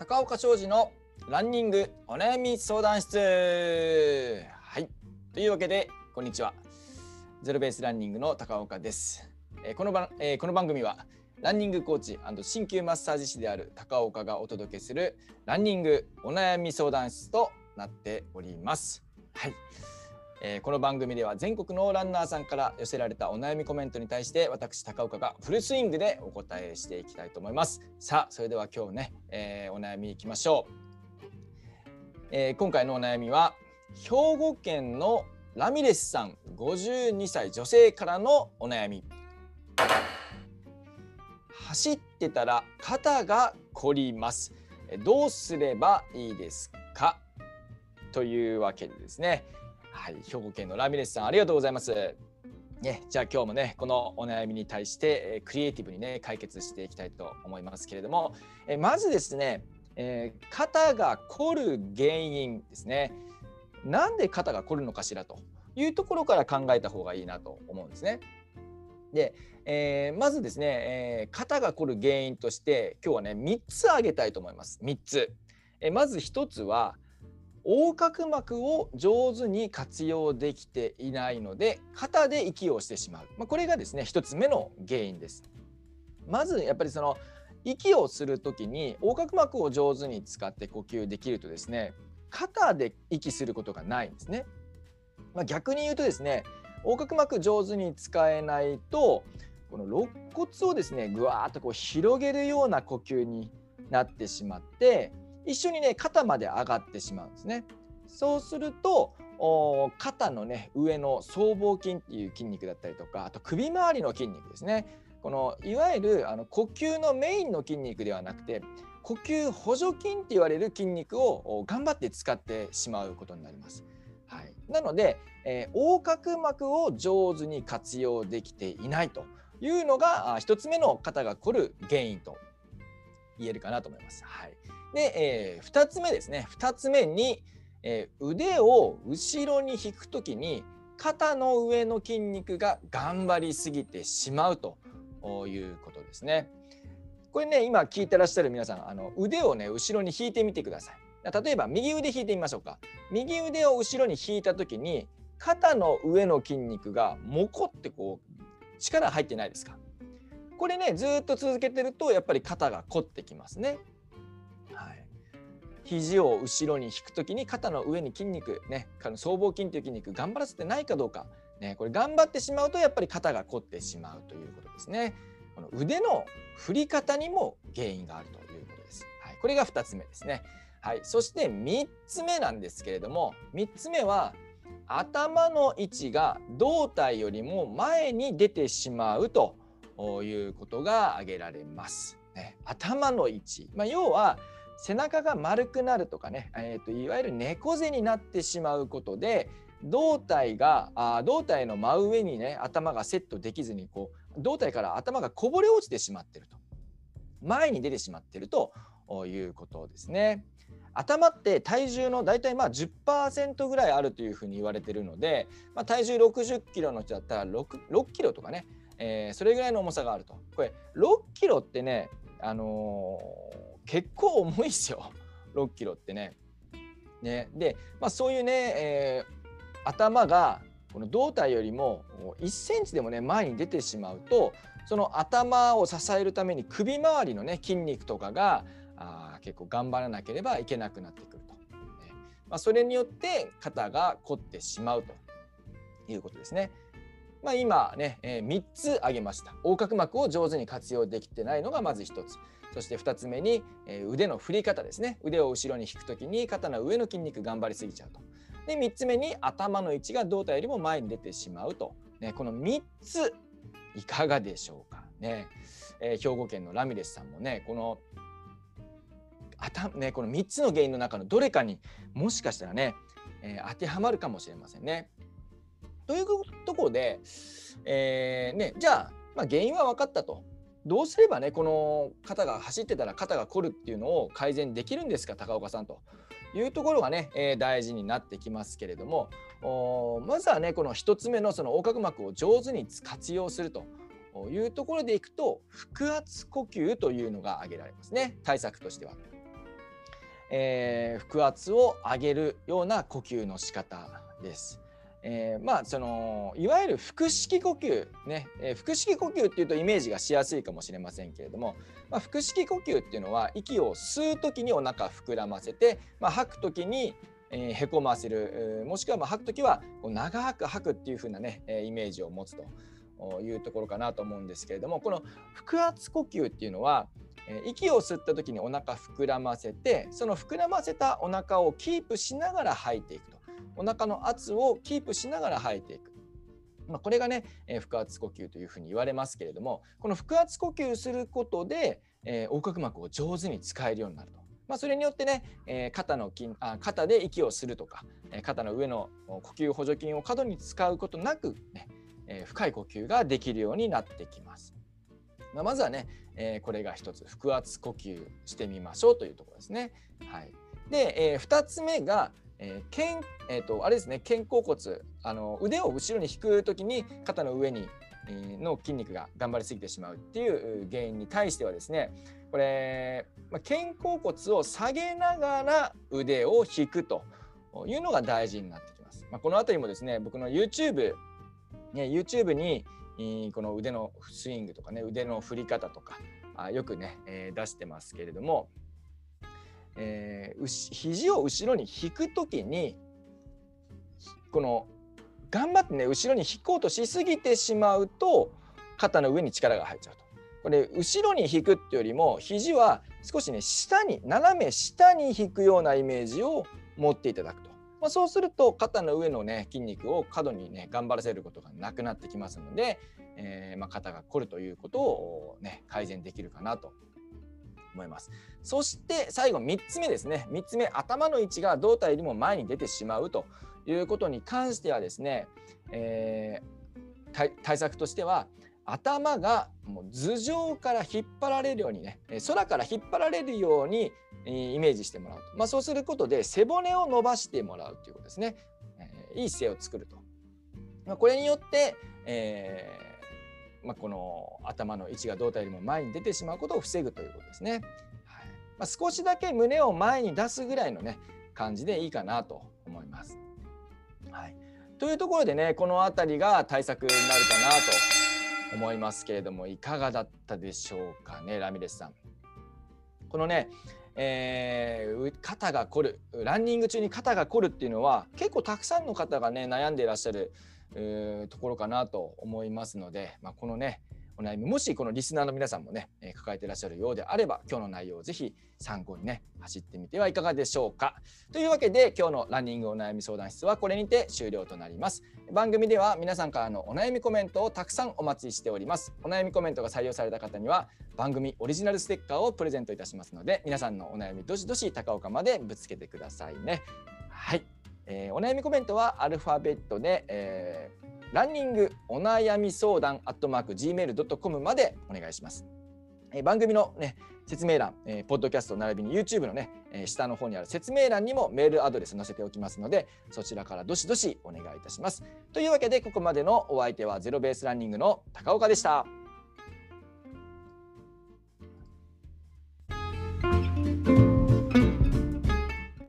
高岡商事のランニングお悩み相談室。はい、というわけでこんにちは。ゼロベースランニングの高岡です。この番組はランニングコーチ&鍼灸マッサージ師である高岡がお届けするランニングお悩み相談室となっております。はい。この番組では全国のランナーさんから寄せられたお悩みコメントに対して私高岡がフルスイングでお答えしていきたいと思います。さあそれでは今日ね、お悩みいきましょう。今回のお悩みは兵庫県のラミレスさん52歳女性からのお悩み。走ってたら肩が凝ります。どうすればいいですか？というわけでですね、はい、兵庫県のラミレスさんありがとうございます。ね、じゃあ今日もねこのお悩みに対してクリエイティブにね解決していきたいと思いますけれども、まずですね、肩が凝る原因ですね。なんで肩が凝るのかしらというところから考えた方がいいなと思うんですね。で、まずですね、肩が凝る原因として今日はね3つ挙げたいと思います。3つ。まず1つは横隔膜を上手に活用できていないので肩で息をしてしまう、これがですね1つ目の原因です。まずやっぱりその息をするときに横隔膜を上手に使って呼吸できるとですね、肩で息することがないんですね。逆に言うとですね、横隔膜上手に使えないとこの肋骨をですねぐわーっとこう広げるような呼吸になってしまって一緒にね肩まで上がってしまうんですね。そうすると肩のね上の僧帽筋っていう筋肉だったりとか、あと首周りの筋肉ですね、このいわゆる呼吸のメインの筋肉ではなくて呼吸補助筋って言われる筋肉を頑張って使ってしまうことになります。はい、なので、横隔膜を上手に活用できていないというのが一つ目の肩が凝る原因と言えるかなと思います。はい、で、2つ目ですね。2つ目に、腕を後ろに引くときに肩の上の筋肉が頑張りすぎてしまうということですね。これね今聞いてらっしゃる皆さん腕をね後ろに引いてみてください。例えば右腕引いてみましょうか。右腕を後ろに引いた時に肩の上の筋肉がもこってこう力入ってないですか？これねずっと続けてるとやっぱり肩が凝ってきますね。はい、肘を後ろに引く時に肩の上に筋肉ね、僧帽筋という筋肉頑張らせてないかどうか、ね、これ頑張ってしまうとやっぱり肩が凝ってしまうということですね。この腕の振り方にも原因があるということです。はい、これが2つ目ですね。はい、そして3つ目なんですけれども、3つ目は頭の位置が胴体よりも前に出てしまうということが挙げられます。頭の位置、要は背中が丸くなるとかね、いわゆる猫背になってしまうことで胴体の真上にね頭がセットできずにこう胴体から頭がこぼれ落ちてしまっていると、前に出てしまっているということですね。頭って体重のだいたい10% ぐらいあるというふうに言われているので、体重60キロの人だったら 6キロとかね、それぐらいの重さがあると。これ6キロってね、結構重いですよ6キロってね。で、そういうね、頭がこの胴体よりも1センチでもね前に出てしまうと、その頭を支えるために首周りのね筋肉とかが結構頑張らなければいけなくなってくると、それによって肩が凝ってしまうということですね。今ね、3つ挙げました。横隔膜を上手に活用できてないのがまず1つ。そして2つ目に、腕の振り方ですね。腕を後ろに引くときに肩の上の筋肉頑張りすぎちゃうと。で3つ目に頭の位置が胴体よりも前に出てしまうと、この3ついかがでしょうかね。兵庫県のラミレスさんもねこの3つの原因の中のどれかにもしかしたらね、当てはまるかもしれませんね。というところで、じゃあ、原因は分かったと。どうすればねこの肩が走ってたら肩が凝るっていうのを改善できるんですか高岡さんというところがね、大事になってきますけれども、まずはねこの1つ目のその横隔膜を上手に活用するというところでいくと腹圧呼吸というのが挙げられますね、対策としては。 腹圧を上げるような呼吸の仕方です。いわゆる腹式呼吸ね、腹式呼吸っていうとイメージがしやすいかもしれませんけれども、腹式呼吸っていうのは息を吸う時にお腹膨らませて、吐く時にへこませる、もしくは吐く時はこう長く吐くっていう風なねイメージを持つというところかなと思うんですけれども、この腹圧呼吸っていうのは息を吸った時にお腹膨らませて、その膨らませたお腹をキープしながら吐いていくと。お腹の圧をキープしながら吐いていく。これがね、腹圧呼吸というふうに言われますけれども、この腹圧呼吸することで、横隔膜を上手に使えるようになると。それによってね、肩で息をするとか、肩の上の呼吸補助筋を過度に使うことなく、ね、深い呼吸ができるようになってきます。まずはね、これが一つ腹圧呼吸してみましょうというところですね。はい、で、2つ目があれですね、肩甲骨、腕を後ろに引くときに肩の上にの筋肉が頑張りすぎてしまうっていう原因に対してはですね、これ、肩甲骨を下げながら腕を引くというのが大事になってきます。このあたりもですね、僕の YouTube にこの腕のスイングとかね、腕の振り方とかよくね、出してますけれども、肘を後ろに引くときにこの頑張ってね後ろに引こうとしすぎてしまうと肩の上に力が入っちゃうと。これ後ろに引くってよりも肘は少しね斜め下に引くようなイメージを持っていただくと。そうすると肩の上のね筋肉を過度にね頑張らせることがなくなってきますので、肩が凝るということをね改善できるかなと思います。そして最後3つ目ですね。3つ目、頭の位置が胴体よりも前に出てしまうということに関してはですね、対策としては頭がもう頭上から引っ張られるようにね、空から引っ張られるようにイメージしてもらうと。そうすることで背骨を伸ばしてもらうということですね。いい姿勢を作ると。これによって、この頭の位置が胴体よりも前に出てしまうことを防ぐということですね。はい、少しだけ胸を前に出すぐらいのね感じでいいかなと思います。はい、というところでね、このあたりが対策になるかなと思いますけれども、いかがだったでしょうかね、ラミレスさん。このね、肩が凝る、ランニング中に肩が凝るっていうのは結構たくさんの方がね悩んでいらっしゃるところかなと思いますので、このねお悩み、もしこのリスナーの皆さんもね抱えていらっしゃるようであれば、今日の内容をぜひ参考にね走ってみてはいかがでしょうか。というわけで今日のランニングお悩み相談室はこれにて終了となります。番組では皆さんからのお悩みコメントをたくさんお待ちしております。お悩みコメントが採用された方には番組オリジナルステッカーをプレゼントいたしますので、皆さんのお悩みどしどし高岡までぶつけてくださいね。はい、お悩みコメントはアルファベットで、ランニングお悩み相談@gmail.com までお願いします。番組のね説明欄、ポッドキャスト並びに YouTube のね、下の方にある説明欄にもメールアドレス載せておきますので、そちらからどしどしお願いいたします。というわけでここまでのお相手はゼロベースランニングの高岡でした。